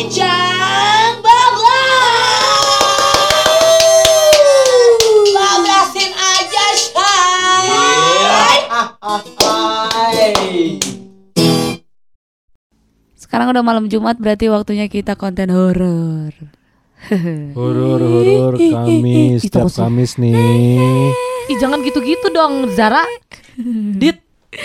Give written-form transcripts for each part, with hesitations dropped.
Bincang bablasin aja Shay. Sekarang udah malam Jumat, berarti waktunya kita konten horor. Horor Kamis, setiap Kamis nih. Ih, jangan gitu-gitu dong, Zara. Dit.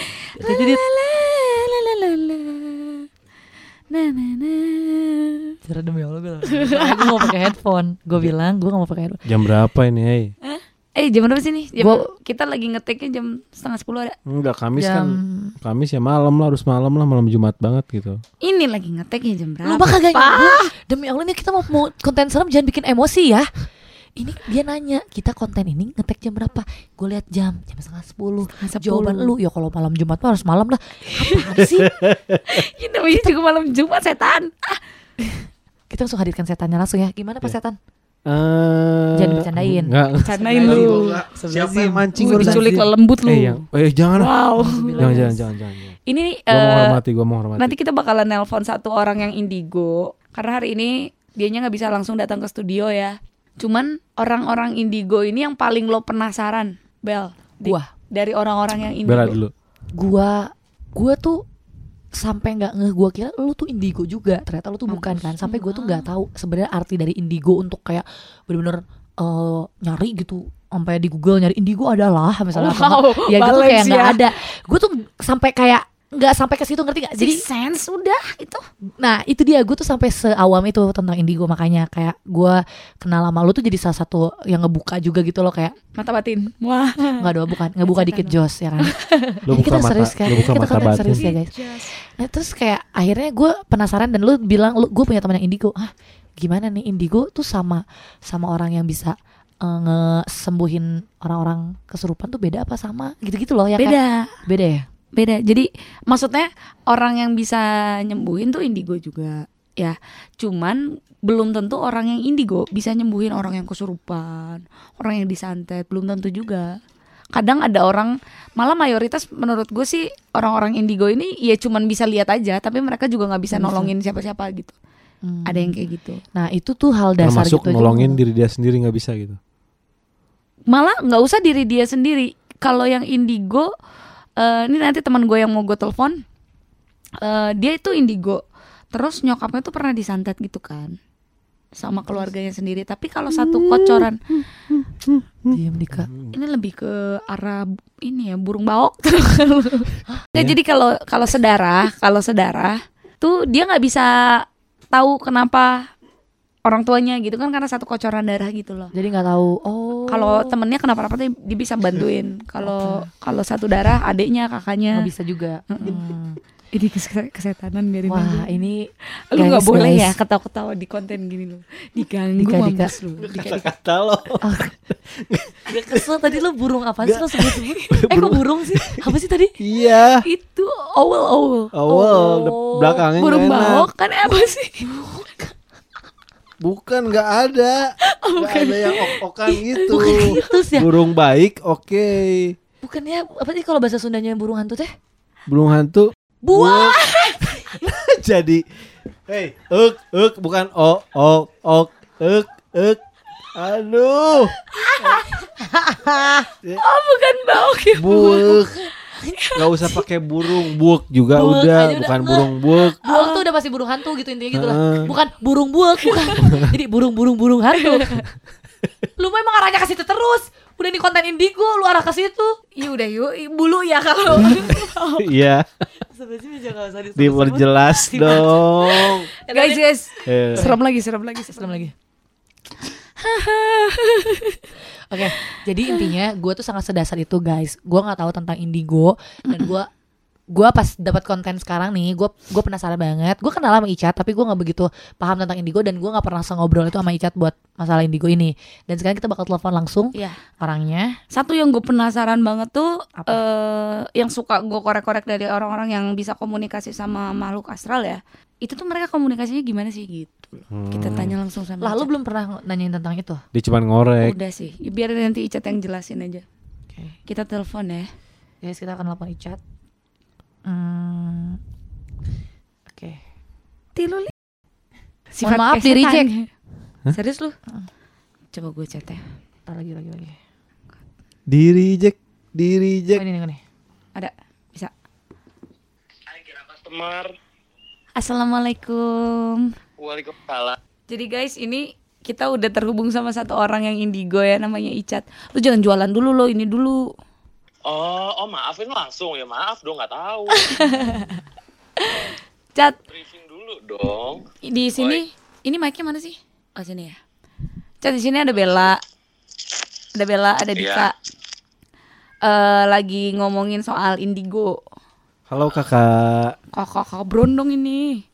Zara demi Allah gue mau pakai headphone. Gue bilang gue gak mau pakai headphone. Jam berapa ini, hey? Jam berapa sih nih? Kita lagi ngeteknya jam 9:30 ada. Enggak, Kamis kan. Kamis ya malam lah, harus malam lah, malam Jumat banget gitu. Ini lagi ngeteknya jam berapa? Lu mah kagak nyambung. Demi Allah nih kita mau konten serem, jangan bikin emosi ya. Ini dia nanya, kita konten ini ngetek jam berapa? Gue lihat jam 9:30. Jawaban lu, ya kalau malam Jumat mah harus malam lah. Apaan sih? Ini namanya juga malam Jumat, setan. Kita langsung hadirkan setannya langsung ya. Gimana Pak Setan? Jangan dibercandain. Bercandain lu. Siapa yang mancing diculik lembut lu. Jangan. Wow. Jangan. Ini Gua mau hormati. Nanti kita bakalan nelpon satu orang yang indigo. Karena hari ini dianya nggak bisa langsung datang ke studio ya. Cuman orang-orang indigo ini yang paling lo penasaran, Bel. Dari orang-orang yang indigo. Bela dulu. Gua tuh sampai nggak gue kira lu tuh indigo juga, ternyata lu tuh bukan kan. Sampai gue tuh nggak tahu sebenarnya arti dari indigo untuk kayak benar-benar nyari gitu, sampai di Google nyari indigo adalah misalnya ya gitu kayak nggak ada. Gue tuh sampai kayak nggak sampai ke situ, ngerti nggak? Jadi sense udah itu. Nah itu dia, gue tuh sampai seawam itu tentang indigo, makanya kayak gue kenal sama lu tuh jadi salah satu yang ngebuka juga gitu loh, kayak mata batin. Wah. Nggak buka dikit jos ya kan. Lu buka mata, serius kan? Lu buka kita mata batin. Serius ya guys. Nah terus kayak akhirnya gue penasaran dan lu bilang gue punya teman yang indigo. Gimana nih indigo tuh sama orang yang bisa ngesembuhin orang-orang kesurupan tuh beda apa sama gitu-gitu loh ya? Beda ya. Beda. Jadi maksudnya orang yang bisa nyembuhin tuh indigo juga ya. Cuman belum tentu orang yang indigo bisa nyembuhin orang yang kesurupan, orang yang disantet, belum tentu juga. Kadang ada orang, malah mayoritas menurut gue sih orang-orang indigo ini ya cuman bisa lihat aja, tapi mereka juga nggak bisa nolongin siapa-siapa gitu. Ada yang kayak gitu. Nah itu tuh hal dasar termasuk gitu. Termasuk nolongin diri dia sendiri nggak bisa gitu. Malah nggak usah diri dia sendiri. Kalau yang indigo, ini nanti teman gue yang mau gue telepon, dia itu indigo. Terus nyokapnya tuh pernah disantet gitu kan, sama keluarganya sendiri. Tapi kalau satu kocoran, diam Dika. Ini lebih ke arah ini ya, burung baok. Jadi kalau saudara tuh dia nggak bisa tahu kenapa orang tuanya gitu kan, karena satu kocoran darah gitu loh. Jadi nggak tahu. Kalau temennya kenapa-napa dia bisa bantuin. Kalau satu darah adiknya, kakaknya. Nggak bisa juga. Ini kesetanan biarin aja. Wah ini lu nggak boleh ya ketawa-ketawa di konten gini lo. Diganggu mampus lu. Kata lo. Gak kesel tadi lo burung apa sih lo sebut-sebut? Kok burung sih? Apa sih tadi? Iya. Itu owl. Belakangnya burung enak. baok kan apa sih? Bukan, nggak ada. Nggak ada yang ok-okan gitu. Bukan gitu sih ya. Burung baik, oke. Bukannya apa sih kalau bahasa Sundanya burung hantu teh? Burung hantu. Buah. Jadi, bukan aduh. Bukan baok ya. Buk. Gak usah pakai burung, buk juga Buk, udah, bukan burung buk. Buak tuh udah pasti burung hantu gitu intinya gitu lah. Bukan burung buak, bukan. Jadi burung hantu. Lu memang arahnya ke situ terus. Udah di konten indigo lu arah ke situ. Ya udah yuk, bulu ya kalau. Iya. Sebenarnya jangan usah Diperjelas dong. Guys. Serem lagi. Oke, jadi intinya gue tuh sangat sedasar itu guys. Gue nggak tahu tentang indigo dan gue pas dapat konten sekarang nih, gue penasaran banget. Gue kenal sama Icat, tapi gue nggak begitu paham tentang indigo dan gue nggak pernah ngobrol itu sama Icat buat masalah indigo ini. Dan sekarang kita bakal telepon langsung orangnya. Satu yang gue penasaran banget tuh, yang suka gue korek-korek dari orang-orang yang bisa komunikasi sama makhluk astral ya. Itu tuh mereka komunikasinya gimana sih gitu. Kita tanya langsung sama Lalu belum pernah nanyain tentang itu? Dia cuma ngorek. Udah sih, biar nanti Icat yang jelasin aja. Kita telepon ya. Guys, kita akan telepon Icat. Oke. Tiluli. Sifat maaf, kayak di-reject. setan. Serius lu? Coba gue chat ya. Ntar lagi. Di reject. Oh, ini nih. Ada? Bisa? Hai kira customer. Assalamualaikum. Waalaikumsalam. Jadi guys, ini kita udah terhubung sama satu orang yang indigo ya, namanya Icat. Lu jangan jualan dulu lo, ini dulu. Oh maafin langsung ya, maaf dong nggak tahu. Cat, Briefing dulu dong. di sini, ini mic-nya mana sih? Oh sini ya. Cat, di sini ada Bella. Ada Dika. Lagi ngomongin soal indigo. Halo kakak. Kakak berondong ini.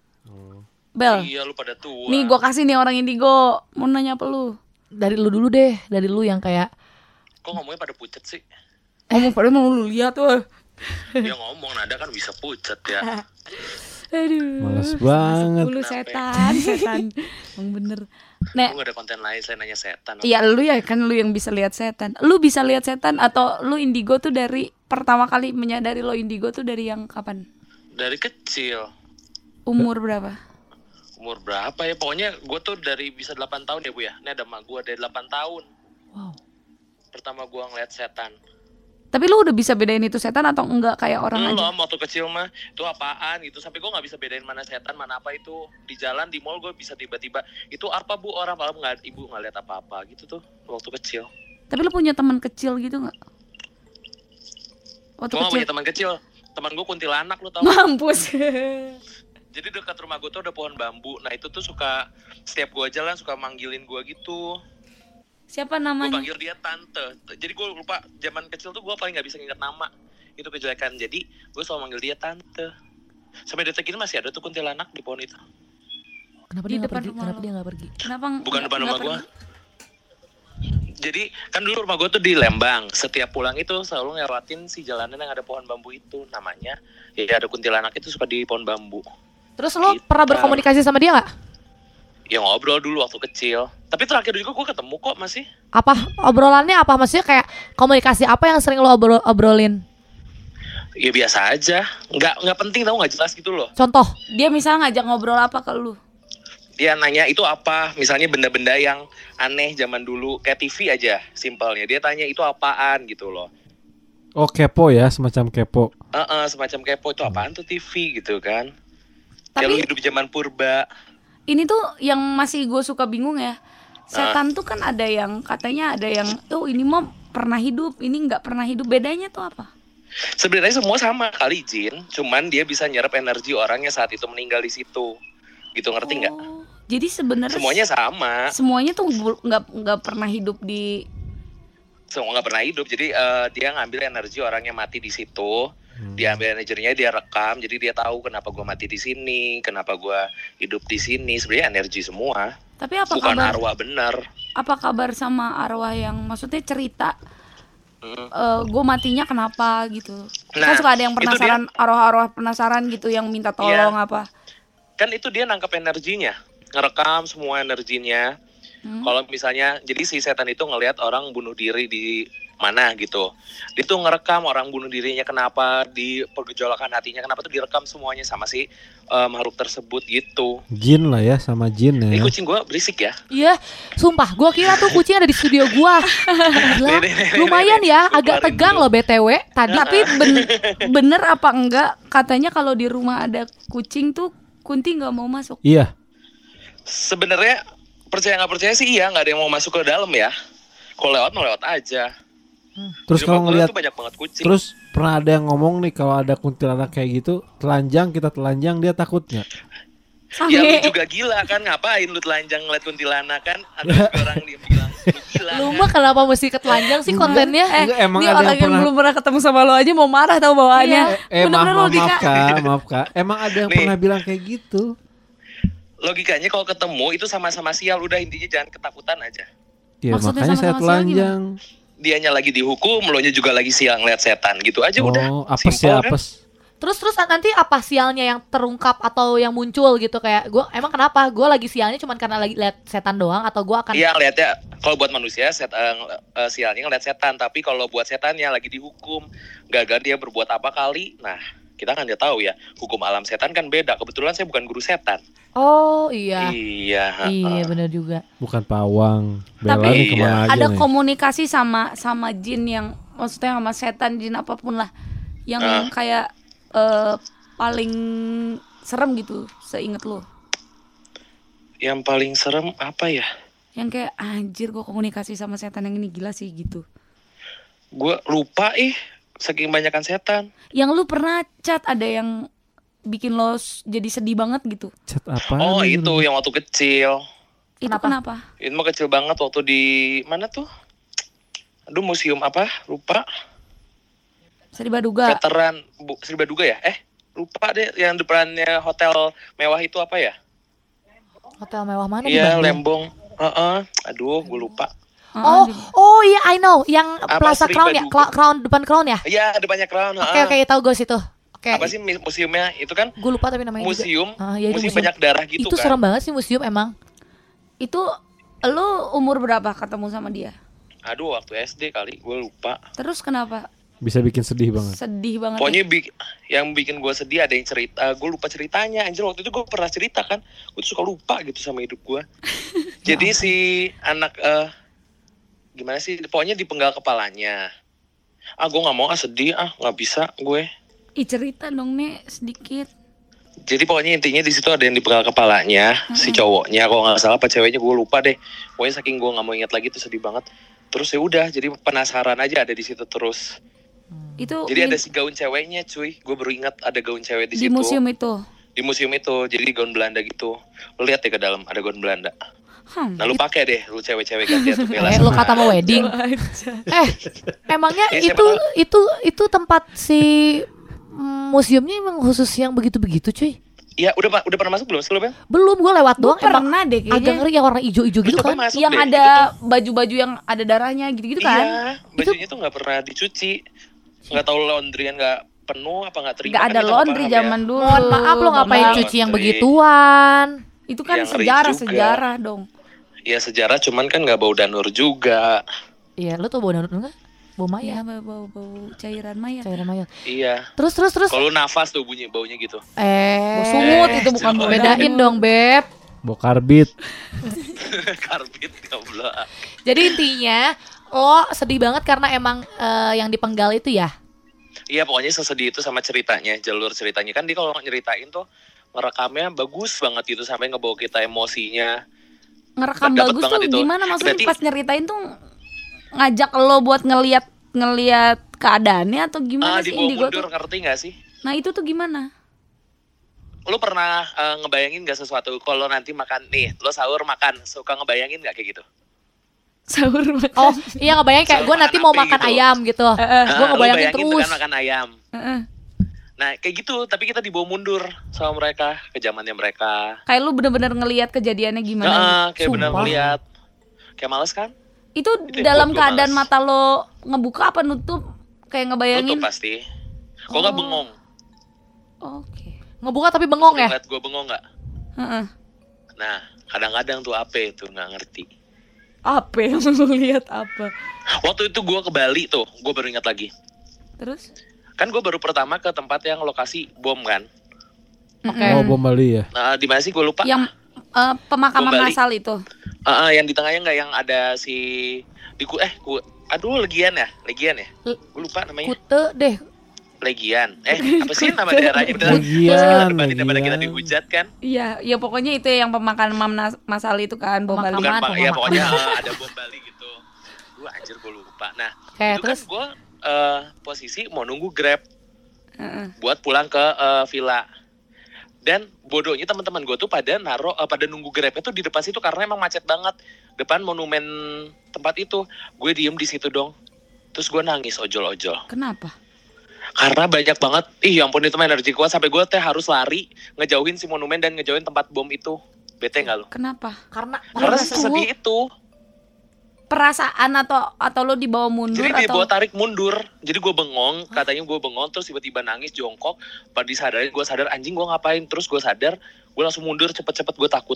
Bel, Iya lu pada tua. nih gua kasih nih orang indigo. Mau nanya apa lu? Dari lu dulu deh, dari lu yang kayak Kok ngomongnya pada pucet sih? Ngomong pada mau lu lihat tuh. Dia ngomong nada kan bisa pucet ya. Aduh. Males banget. Lu setan. Emang bener. Lu Nek, nggak ada konten lain selain nanya setan. iya lu ya kan lu yang bisa lihat setan. Lu bisa lihat setan atau lu indigo tuh dari pertama kali menyadari lo indigo tuh dari yang kapan? Dari kecil. Umur berapa? Umur berapa ya? Pokoknya gue tuh dari bisa 8 tahun ya Bu ya. Ini ada emak gue dari 8 tahun. wow. Pertama gue ngeliat setan. Tapi lu udah bisa bedain itu setan atau enggak kayak orang aja? Belum, waktu kecil mah itu apaan gitu. Sampai gue nggak bisa bedain mana setan mana apa itu. Di jalan di mall gue bisa tiba-tiba itu apa Bu, orang malam nggak, ibu nggak lihat apa-apa gitu tuh waktu kecil. Tapi lu punya teman kecil gitu nggak? Waktu Gue nggak punya kecil. teman kecil. Teman gue kuntilanak lu tau. Mampus. Jadi dekat rumah gue tuh ada pohon bambu. Nah itu tuh suka setiap gue jalan suka manggilin gue gitu. Siapa Gue namanya? panggil dia tante. Jadi gue lupa zaman kecil tuh gue paling nggak bisa nginget nama. Itu kejelekan. Jadi gue selalu manggil dia tante. Sampai detik ini masih ada tuh kuntilanak di pohon itu. Kenapa Di dia nggak depan pergi? rumah Kenapa lo. dia nggak pergi? Kenapa? Bukan depan nggak rumah gue. pergi? Jadi kan dulu rumah gue tuh di Lembang. Setiap pulang itu selalu ngelewatin si jalanan yang ada pohon bambu itu. Namanya ya ada kuntilanak itu suka di pohon bambu. Terus lo Gitu. pernah berkomunikasi sama dia nggak? Ya ngobrol dulu waktu kecil. Tapi terakhir juga gue ketemu kok masih. Apa obrolannya apa? Maksudnya kayak komunikasi apa yang sering lo obrolin? Ya biasa aja. Nggak penting tau, nggak jelas gitu loh. Contoh. Dia misalnya ngajak ngobrol apa ke lu? Dia nanya itu apa, misalnya benda-benda yang aneh zaman dulu, kayak TV aja simpelnya. Dia tanya itu apaan gitu loh. Oh kepo ya, semacam kepo. Semacam kepo, itu apaan tuh TV gitu kan. Tapi- Kayak lu hidup zaman purba. Ini tuh yang masih gue suka bingung ya. Setan tuh kan ada yang katanya ada yang oh ini mah pernah hidup, ini nggak pernah hidup. Bedanya tuh apa? Sebenarnya semua sama kali jin, cuman dia bisa nyerap energi orangnya saat itu meninggal di situ. Gitu, ngerti nggak? Oh, jadi sebenarnya Semuanya sama, semuanya tuh nggak pernah hidup di. semua nggak pernah hidup. Jadi dia ngambil energi orangnya mati di situ. Dia ambil energinya, dia rekam. Jadi dia tahu kenapa gue mati di sini, kenapa gue hidup di sini. Sebenarnya energi semua, Tapi apa bukan kabar? arwah bener. Apa kabar sama arwah yang maksudnya cerita? Hmm. Gue matinya kenapa gitu? Nah, Kan suka ada yang itu penasaran, arwah-arwah penasaran gitu yang minta tolong apa? Kan itu dia nangkap energinya, ngerekam semua energinya. Kalau misalnya, jadi si setan itu ngelihat orang bunuh diri di mana gitu. Dia tuh ngerekam orang bunuh dirinya kenapa, di pergejolakan hatinya kenapa, tuh direkam semuanya sama si makhluk tersebut gitu. Jin lah ya, sama jin Ini ya. kucing gue berisik ya. Iya, sumpah, gue kira tuh kucing ada di studio gue. Lumayan ya, agak Keluarin tegang dulu. loh BTW tadi. Tapi bener apa enggak? Katanya kalau di rumah ada kucing tuh Kunti nggak mau masuk. Iya. Sebenarnya percaya nggak percaya sih iya, nggak ada yang mau masuk ke dalam ya. Kalau lewat mau lewat aja. Terus Di kalau rumah gua ngelihat, tuh banyak banget kucing. terus pernah ada yang ngomong nih kalau ada kuntilanak kayak gitu, telanjang kita telanjang dia takut nggak? Ya lu Sange. juga gila kan, ngapain lu telanjang ngeliat kuntilanak kan? Ada juga orang dia bilang lu gila. Lu kan? mah kenapa mesti ketelanjang sih kontennya? Enggak, emang Ini ada orang yang yang pernah. belum pernah ketemu sama lo aja mau marah tau bawaannya. Bener-bener lo Dika. Maaf kak. Emang ada yang Nih. pernah bilang kayak gitu? Logikanya kalau ketemu itu sama-sama sial, udah intinya jangan ketakutan aja. Ya Maksudnya makanya saya sama-sama sial telanjang. Dianya lagi dihukum, lo nya juga lagi sial ngeliat setan gitu aja udah. Oh, apes Simple, ya kan? apes. Terus nanti apa sialnya yang terungkap atau yang muncul gitu kayak gue emang kenapa gue lagi sialnya cuman karena lagi lihat setan doang atau gue akan Iya ngeliatnya, kalau buat manusia sialnya ngeliat setan, tapi kalau buat setannya lagi dihukum, gagal dia berbuat apa kali, nah kita kan nggak tahu ya hukum alam setan kan beda. Kebetulan saya bukan guru setan. Oh iya. Iya. Iya benar juga. Bukan pawang. Bella Tapi nih kemana aja ada nih? komunikasi sama jin yang maksudnya sama setan, jin apapun lah yang kayak paling serem gitu seinget lo. Yang paling serem apa ya? Yang kayak anjir gue komunikasi sama setan yang ini gila sih gitu. Gue lupa saking banyakan setan. Yang lu pernah chat ada yang bikin lo jadi sedih banget gitu. Chat apa? Oh itu yang waktu kecil. Itu kenapa? Itu mah kecil banget waktu di mana tuh? Aduh museum apa? Lupa. Seri Baduga. Veteran Sri Baduga ya? Lupa deh yang depannya hotel mewah itu apa ya? Hotel mewah mana di Iya, Bandung? Lembong. Aduh, gue lupa. Oh iya I know, yang Apa, Plaza Sri Crown ya, Baduga? Crown depan Crown ya? Iya, depannya Crown. Oke, tahu gue situ. Oke. Apa sih museumnya? Itu kan Gue lupa tapi namanya museum, juga. Iya, itu museum banyak darah gitu itu kan. serem banget sih museum emang. Itu lu umur berapa ketemu sama dia? Aduh, waktu SD kali, gue lupa. Terus kenapa? Bisa bikin sedih banget. Sedih banget. Pokoknya yang bikin gue sedih ada yang cerita, gue lupa ceritanya. Anjir waktu itu gue pernah cerita kan, gue tuh suka lupa gitu sama hidup gue. Jadi si anak gimana sih? Pokoknya dipenggal kepalanya. Gue nggak mau sedih, nggak bisa gue. Ih cerita dong nih sedikit. Jadi pokoknya intinya di situ ada yang dipenggal kepalanya, si cowoknya, kalau nggak salah apa ceweknya gue lupa deh. Pokoknya saking gue nggak mau ingat lagi tuh sedih banget. Terus ya udah, jadi penasaran aja ada di situ terus. Itu Jadi ada si gaun ceweknya cuy, gue baru ingat ada gaun cewek di di situ. museum itu. Di museum itu, jadi gaun Belanda gitu. Lu lihat deh ke dalam ada gaun Belanda. Nah lu pakai deh, lu cewek-cewek ganti atau bela. Lu kata mau wedding. Emangnya Ya, siapa itu tempat si museumnya emang khusus yang begitu-begitu cuy? Iya, udah pernah masuk belum sebelumnya? Belum, gue lewat Gue doang. Emang pernah deh agak kayaknya. ngeri yang warna hijau-hijau gitu Coba kan? masuk Yang deh. ada baju-baju yang ada darahnya gitu-gitu kan? Iya, bajunya tuh nggak pernah dicuci. Nggak tahu laundryan nggak penuh apa nggak terima. Gak kan ada kita nggak laundry paham zaman ya. dulu. Mohon maaf lo ngapain Bang. cuci yang Laundry. begituan? Itu kan Ya, ngeri sejarah juga. dong. Ya sejarah cuman kan nggak bau danur juga. Iya, lo tau bau danur enggak? Bau Iya mayat, bau cairan mayat. cairan mayat. Iya. Terus. Kalau nafas tuh baunya gitu. Bau sungut itu bukan bau Bedain danur. dong, Beb. Bokarbit. Karbit goblok. Jadi intinya lo sedih banget karena emang yang dipenggal itu ya. Iya pokoknya sesedih itu sama ceritanya, jalur ceritanya kan dia kalau nyeritain tuh ngerekamnya bagus banget gitu sampai ngebawa kita emosinya. Ngerekam Dapet bagus banget tuh itu. gimana maksudnya Berarti- pas nyeritain tuh ngajak lo buat ngelihat keadaannya atau gimana sih Dibawa Indigo mundur tuh? ngerti gak sih? Nah itu tuh gimana? Lu pernah ngebayangin gak sesuatu kalau nanti makan nih, lo sahur makan, suka ngebayangin gak kayak gitu? Sahur makan. Oh iya ngebayang kayak gue Selalu nanti makan mau apa makan gitu. ayam gitu. Gue Lu ngebayangin bayangin tuh terus. kan makan ayam. Heeh. Nah kayak gitu, tapi kita dibawa mundur sama mereka, ke zamannya mereka. Kayak lu bener-bener ngelihat kejadiannya gimana? Kayak benar Sumpah. ngeliat. Kayak males kan? Itu Itu yang dalam buat gua keadaan males. mata lo ngebuka apa nutup? Kayak ngebayangin. Tutup pasti. Kok nggak bengong? Oke. Ngebuka tapi bengong ya. Lihat gue bengong nggak? Heeh. Nah kadang-kadang tuh apa itu nggak ngerti. Apa yang lu lihat apa? Waktu itu gue ke Bali tuh, gue baru ingat lagi. Terus? Kan gue baru pertama ke tempat yang lokasi bom kan. Oke. Oh, bom Bali ya. Nah di mana sih gue lupa. Yang pemakaman Kembali. massal itu. Yang di tengahnya nggak yang ada si aduh Legian ya. Gue lupa namanya. Kute deh. Legian. Apa sih nama daerahnya? Beneran. Legian, Daripada kita Legian. dihujat kan. Iya, ya pokoknya itu yang pemakaman massal itu kan, bom Bali. Pemakaman. Bukan, ya pokoknya ada bom Bali gitu. Gue anjir gue lupa. Nah Oke, itu terus kan gue posisi mau nunggu Grab Heeh. buat pulang ke villa. Dan bodohnya teman-teman gue tuh pada pada nunggu Grabnya tuh di depan situ karena emang macet banget depan monumen tempat itu. Gue diem di situ dong. Terus gue nangis ojol-ojol Kenapa? karena banyak banget. Ya ampun itu mah energi kuat sampai gue harus lari ngejauhin si monumen dan ngejauhin tempat bom itu. Bete nggak lo? Kenapa? karena Karena itu sesedih itu. Perasaan atau lo dibawa mundur Jadi atau dibawa tarik mundur. Jadi gue bengong, katanya gue bengong terus tiba-tiba nangis jongkok. Pada disadarin gue sadar anjing gue ngapain. Terus gue sadar, gue langsung mundur cepet-cepet gue takut.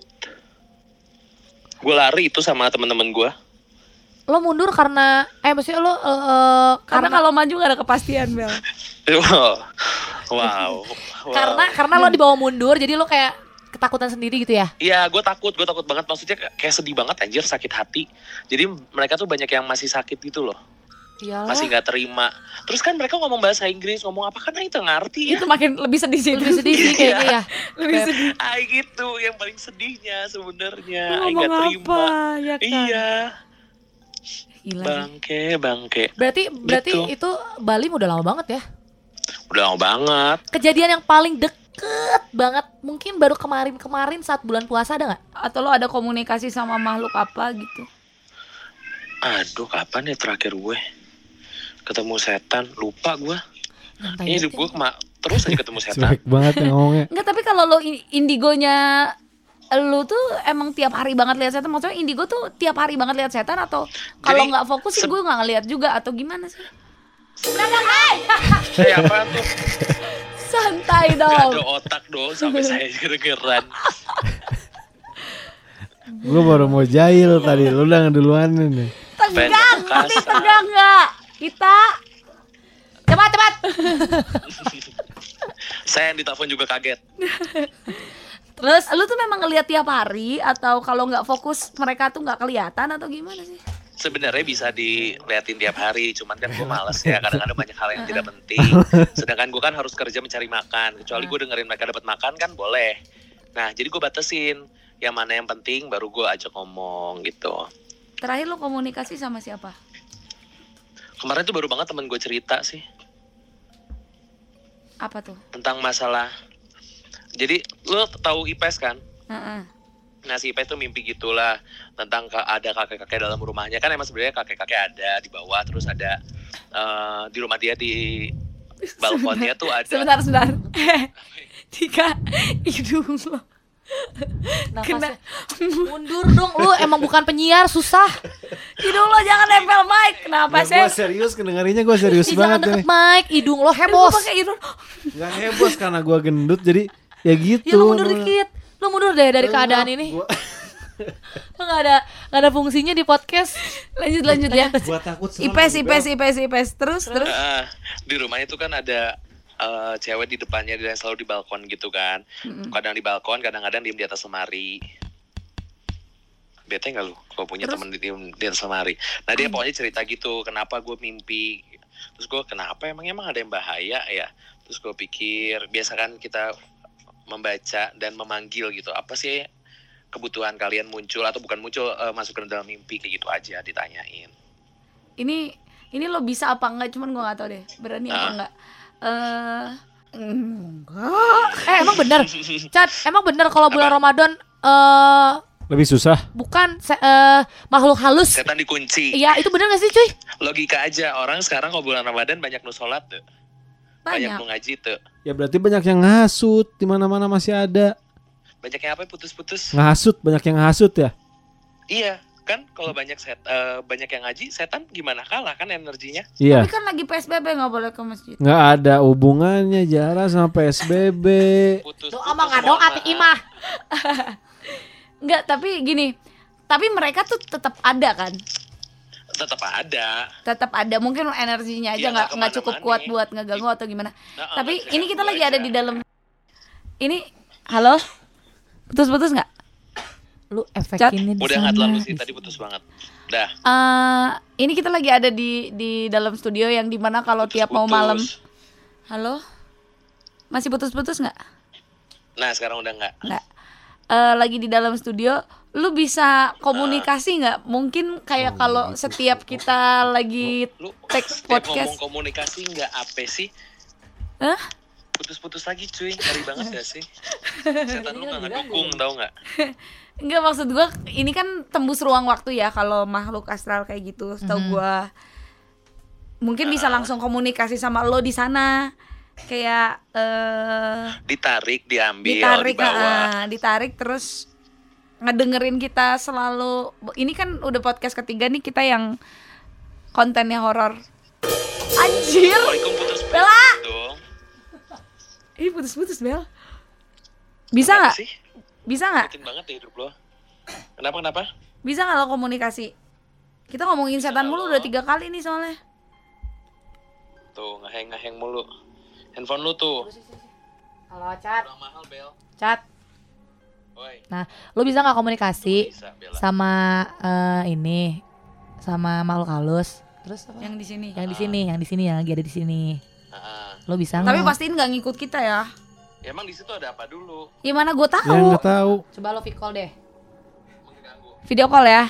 Gue lari itu sama teman-teman gue. lo mundur karena maksudnya lo karena kalau maju gak ada kepastian Bel. Wow. Karena lo dibawa mundur, jadi lo kayak ketakutan sendiri gitu ya? Iya, gue takut banget. Maksudnya kayak sedih banget anjir, sakit hati. Jadi mereka tuh banyak yang masih sakit gitu loh. Iyalah. Masih nggak terima. Terus kan mereka ngomong bahasa Inggris, ngomong apa kan itu ngerti ya. Itu makin lebih sedih sih. Lebih sedih sih kayaknya ya. Lebih sedih. Gitu yang paling sedihnya sebenarnya. Lu Ai nggak ngomong terima. apa, ya kan? Iya. Gila. Bangke. Berarti Gitu. itu Bali udah lama banget ya? Udah lama banget. Kejadian yang paling deket banget mungkin baru kemarin saat bulan puasa ada nggak? Atau lo ada komunikasi sama makhluk apa gitu? Aduh, kapan ya terakhir gue ketemu setan? Lupa gue. Nyantai Ini banget hidup gue terus aja ketemu setan. Cuek banget ya ngomongnya. Enggak, tapi kalau lo indigonya lu tuh emang tiap hari banget lihat setan? Maksudnya indigo tuh tiap hari banget lihat setan atau kalau Jadi, nggak fokus sih gue nggak ngeliat juga atau gimana sih? Apa tuh? Santai Gak ada dong. otak dong sampai saya kedengeran. Gue baru mau jahil tadi, lu udah ngeduluanin nih. Tegang, Pengen tapi kasar. tegang nggak? Kita cepat. Saya yang ditelepon juga kaget. Terus lu tuh memang ngeliat tiap hari atau kalau nggak fokus mereka tuh nggak kelihatan atau gimana sih? Sebenarnya bisa diliatin tiap hari, cuman kan gue males ya. Kadang-kadang banyak hal yang tidak penting. Sedangkan gue kan harus kerja mencari makan. Kecuali gue dengerin mereka dapat makan kan boleh. Nah, jadi gue batasin yang mana yang penting baru gue ajak ngomong gitu. Terakhir lu komunikasi sama siapa? Kemarin tuh baru banget temen gue cerita sih Apa tuh? tentang masalah. Jadi lo tahu IPS kan? Heeh. Nah si IPS tuh mimpi gitulah tentang ada kakek-kakek dalam rumahnya. Kan emang sebenarnya kakek-kakek ada di bawah, terus ada di rumah dia di balkonnya tuh ada. Sebentar. Jika hidung lo Nafasnya mundur dong, lu emang bukan penyiar, susah. hidung lo jangan nempel mic. Kenapa sih? Gue serius, kedengarinnya gue serius Ih, jangan banget deket nih. mic, hidung lo Gue hebos. pakai hidung. Gak heboh karena gue gendut jadi ya gitu. Ya lu mundur dikit. Lu mundur deh dari keadaan ini. Lu gak ada fungsinya di podcast. Lanjut ya. Gue takut IPS. Terus. Di rumahnya tuh kan ada cewek di depannya, dia selalu di balkon gitu kan. Kadang di balkon, kadang-kadang diem di atas lemari. Bete gak lu kalau punya temen diem di atas lemari? Nah dia pokoknya cerita gitu, kenapa gue mimpi. Terus gue kenapa emang ada yang bahaya ya? Terus gue pikir, biasa kan kita membaca dan memanggil gitu, apa sih kebutuhan kalian muncul atau bukan muncul, masuk ke dalam mimpi, kayak gitu aja ditanyain. Ini lo bisa apa enggak? Cuman gue nggak tahu deh. Berani apa enggak? Enggak. Emang bener Chat, emang bener kalau bulan Ramadan lebih susah. bukan makhluk halus. Setan dikunci. Iya, itu bener gak sih cuy? Logika aja, orang sekarang kalau bulan Ramadan banyak nu sholat tuh. Banyak Banyak. nu ngaji tuh. Ya berarti banyak yang ngasut, di mana-mana masih ada. Banyak yang apa putus-putus. Ngasut, banyak yang ngasut ya. Iya, kan kalau banyak yang ngaji, setan gimana kalah kan energinya? Iya. Tapi kan lagi PSBB nggak boleh ke masjid. Nggak ada hubungannya Jara sama PSBB. Putus. Doa mah gak doa imah. Enggak, tapi gini. Tapi mereka tuh tetap ada kan? Tetap ada. Tetap ada. Mungkin energinya aja Iya, nggak nggak cukup kemana-mana kuat nih. buat ngeganggu atau gimana. Nah, Tapi nggak ini bisa kita lagi ganggu ada aja. di dalam. Ini, halo? Putus-putus nggak? Lu efekinnya di Udah sana. nggak terlalu sih, tadi putus banget. Dah. Ini kita lagi ada di dalam studio yang dimana kalau tiap mau malam. Halo? Masih putus-putus nggak? Nah sekarang udah nggak. Nggak. Lagi di dalam studio, lu bisa komunikasi nggak? Mungkin kayak kalau setiap kita lagi Lu take setiap podcast. ngomong komunikasi nggak apa sih? Hah? Putus-putus lagi cuy, ngeri banget gak sih? Setan lu nggak ngedukung, tau nggak? Enggak, maksud gue ini kan tembus ruang waktu ya kalau makhluk astral kayak gitu. Setahu gue mungkin bisa langsung komunikasi sama lo di sana. Kayak Ditarik, diambil, ditarik, dibawa. ditarik terus ngedengerin kita selalu. Ini kan udah podcast ketiga nih kita yang kontennya horor. Anjir. Assalamualaikum, putus-putus Bella! dong. Ih, putus-putus, Bel. Bisa Kenapa nggak? sih? Bisa nggak? Bikin banget ya hidup lo. Kenapa? Bisa nggak lo komunikasi? Kita ngomongin setan mulu udah 3 kali nih soalnya. Tuh ngeheng mulu. Handphone lu tuh. Halo Cat. Kurang mahal, Bel. Cat. Woi. Nah, lu bisa nggak komunikasi Bisa, Bella. sama ini, sama makhluk halus? Terus apa? Yang di sini. Yang di sini, yang di sini, yang lagi ada di sini. Heeh. Lo bisa Tapi nggak? pastiin nggak ngikut kita ya. Ya, emang di situ ada apa dulu? Ya mana gue Ya tahu. nggak tahu. Coba lo video call deh. Mengganggu. Video call ya.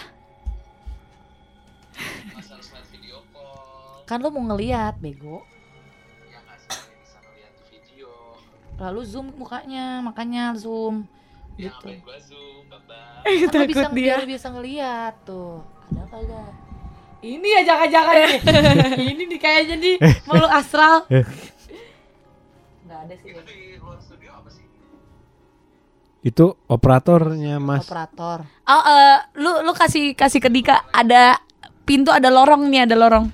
Masa harus lihat video call? Kan lo mau ngeliat, bego. Ya nggak sih, bisa ngeliat video. Lalu zoom mukanya, makanya zoom. Ya Gitu. ngapain gua zoom, Bambang? Kan lo bisa, Takut dia. biar bisa ngeliat tuh. Ada apa enggak? Ini ya jangan-jangan nih. Ini nih kayaknya nih makhluk astral. Nggak ada sih. Itu di luar studio apa sih? Itu operatornya Mas. Operator. Oh, lu kasih ke Dika, ada pintu, ada lorong nih, ada lorong.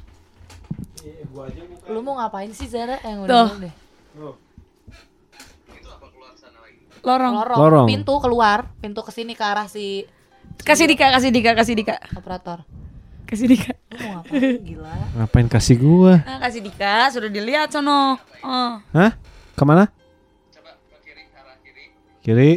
Lu mau ngapain sih Zara yang Tuh. udah deh? Itu apa keluar sana lagi? Lorong. Lorong. Pintu keluar, pintu ke sini ke arah si Kasih Dika. operator. Kasih Dika. Lu mau ngapain gila? Ngapain kasih gua? Nah, kasih Dika, sudah dilihat sono. Oh. Hah? Kemana? Coba ke kiri, arah kiri. Kiri.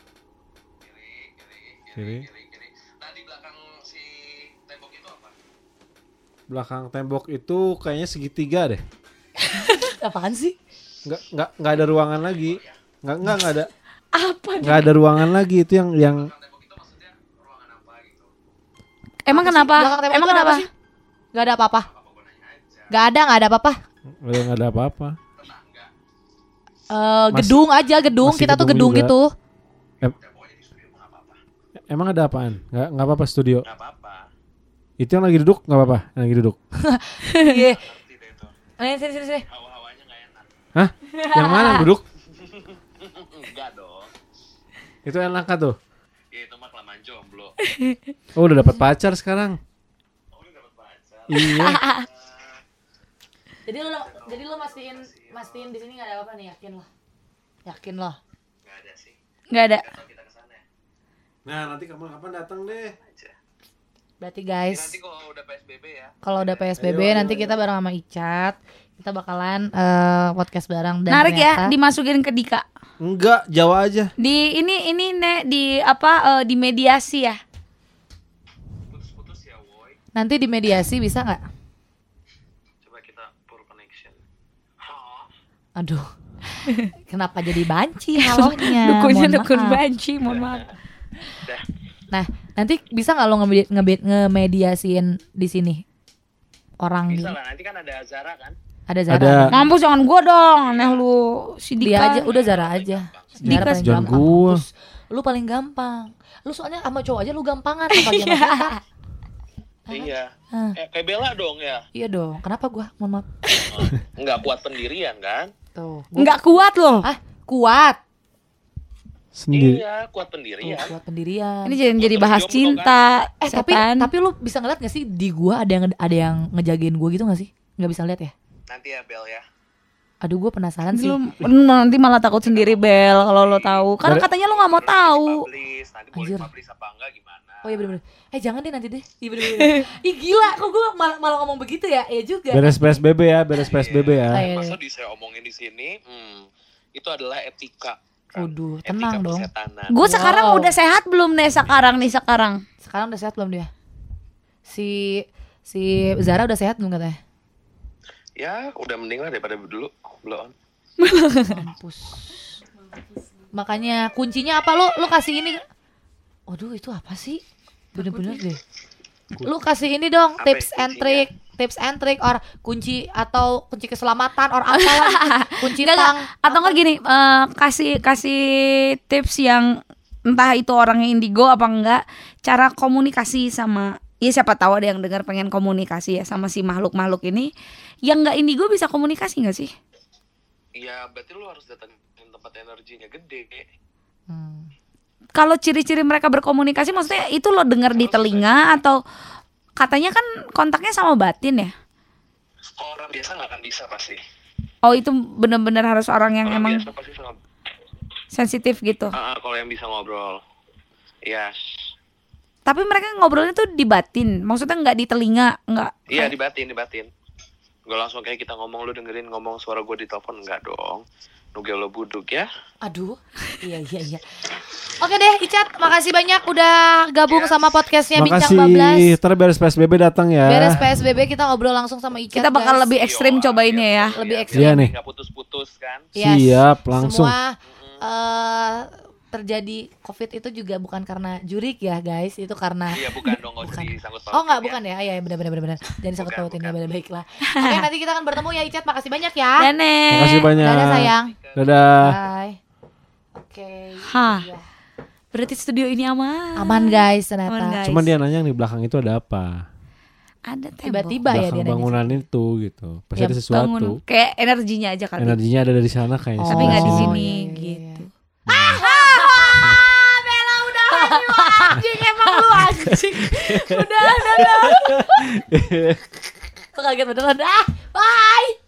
Kiri. Nah, di belakang si tembok itu apa? Belakang tembok itu kayaknya segitiga deh. Apaan sih? Nggak ada ruangan lagi. Nggak ada. Apa? Nggak ada ruangan lagi itu yang Belakang tembok itu maksudnya ruangan apa gitu? Emang kenapa? Belakang tembok Emang itu kenapa? sih? Gak ada apa-apa. Apa gua nanya aja. Gak ada apa-apa. nggak ada apa-apa. Tetangga. Gedung aja, gedung. Masih Kita tuh gedung gedung juga. gitu. Ya pokoknya di studio nggak apa-apa. Emang ada apaan? Nggak apa-apa studio. Nggak apa-apa. Itu yang lagi duduk nggak apa-apa. Yang lagi duduk. Iya. Ngerti deh itu. Sini. Hawa-hawanya nggak enak. Hah? Yang mana yang duduk? Enggak dong. Itu enak kan tuh. Ya itu mah kelamaan jomblo. Oh udah dapat pacar sekarang. Oh, ini dapat baca. Iya. Jadi lo mastiin di sini gak ada apa-apa nih, yakin loh. Nggak ada sih. Nggak ada. Atau kita kesana ya. Nah nanti kapan datang deh. Aja. Berarti Nanti guys, kalau udah PSBB ya. kalau udah PSBB Ayo. nanti kita bareng sama Icat. Kita bakalan podcast bareng dan Narik ya, ternyata- dimasukin ke Dika. Enggak, Jawa aja. Di ini Nek, di apa, di mediasi ya. Putus-putus ya, woi. nanti di mediasi bisa nggak? Coba kita poor connection. Hah? Aduh, kenapa jadi banci halonya? Dukunnya Mohon dukun maaf. banci, mohon maaf. Dah. Nah, nanti bisa nggak lo ngemediasiin di sini orang Bisa gitu? lah, nanti kan ada Zara kan? Ada Zara. Ada. Mampus jangan gua dong, aneh lu si Dia Dika. aja, udah Zara aja. Dika paling jangan gampang. gua. Terus, lu paling gampang. Lu soalnya sama cowok aja lu gampangan apalagi sama kita. Iya. Hah. Kayak Bella dong ya. Iya dong. Kenapa gua? Mohon maaf. Nggak kuat pendirian kan? Tuh. Nggak kuat loh. Ah, kuat. Sendiri. Iya, kuat pendirian. Kuat pendirian. Ini jadi bahas Jomblo, cinta. Tapi setan. lu bisa ngeliat gak sih di gua ada yang ngejagain gua gitu gak sih? Nggak bisa lihat ya? Nanti ya Bel ya. Aduh, gua penasaran sih. Lu nanti malah takut sendiri Bel kalau lo tahu. Karena katanya lo nggak mau tahu. Publish, nanti Anjir. boleh publish apa enggak gimana? Oh iya bener-bener. Jangan deh nanti deh. Iya bener-bener. Ih gila, kok gua malah ngomong begitu ya? Iya juga. Beres PSBB ya, beres PSBB ya. Iya. Masa saya omongin di sini, itu adalah etika. kan? Waduh, Etika tenang dong. persetanan. Gue sekarang Wow. udah sehat belum nih sekarang? Sekarang udah sehat belum dia? Si Zara udah sehat belum katanya? Ya, udah mending lah daripada dulu. Belum. Mampus. Makanya kuncinya apa lu kasih ini? Waduh, itu apa sih? Bener-bener deh. Lu kasih ini dong, Apa tips and trick or kunci atau kunci keselamatan or apalah. Kunci Enggak, tang. atau enggak gini, kasih tips yang entah itu orangnya indigo apa enggak, cara komunikasi sama, ya siapa tahu ada yang dengar pengen komunikasi ya sama si makhluk-makhluk ini. Yang enggak indigo bisa komunikasi enggak sih? Iya, berarti lu harus datangin tempat energinya gede. Kalau ciri-ciri mereka berkomunikasi maksudnya itu lo dengar di telinga atau katanya kan kontaknya sama batin ya? Orang biasa nggak akan bisa pasti. Oh itu benar-benar harus orang yang Orang emang biasa pasti sama. sensitif gitu. Kalau yang bisa ngobrol. Yes. Tapi mereka ngobrolnya tuh di batin, maksudnya nggak di telinga, nggak. Iya, dibatin. Gak langsung kayak kita ngomong, lu dengerin ngomong suara gue di telepon, enggak dong. Nugel lo buduk ya. Aduh, iya. Oke deh, Icat, makasih banyak udah gabung sama podcastnya Bincang Bablas. Makasih. Ntar beres PSBB datang ya. Beres PSBB kita ngobrol langsung sama Icat. Kita bakal guys. lebih ekstrim cobainnya ya. Lebih ekstrim. Iya nih. Gak putus-putus kan. Yes. Siap, langsung. Semua terjadi COVID itu juga bukan karena jurik ya guys, itu karena Iya bukan dong, gak usah disangkut pautin. Oh enggak, bukan ya. Iya benar. Jangan disangkut pautin ya, baiklah. Oke, nanti kita akan bertemu ya Icat. Makasih banyak ya. Nenek. Makasih banyak. Dadah sayang. Dadah. Bye. Oke. Hah. iya. Berarti studio ini aman. Aman guys ternyata. Aman, guys. Cuman dia nanya yang di belakang itu ada apa? Ada tembok. Tiba-tiba ya Belakang dia nanya. bangunan itu gitu. Pasti Ya, ada sesuatu. Bangun. Kayak energinya aja kali. Energinya ada dari sana kayaknya. Tapi nggak di sebelah sini iya. gitu. Bella udah anjing, emang lu anjing. Udah. Kaget beneran. Bye.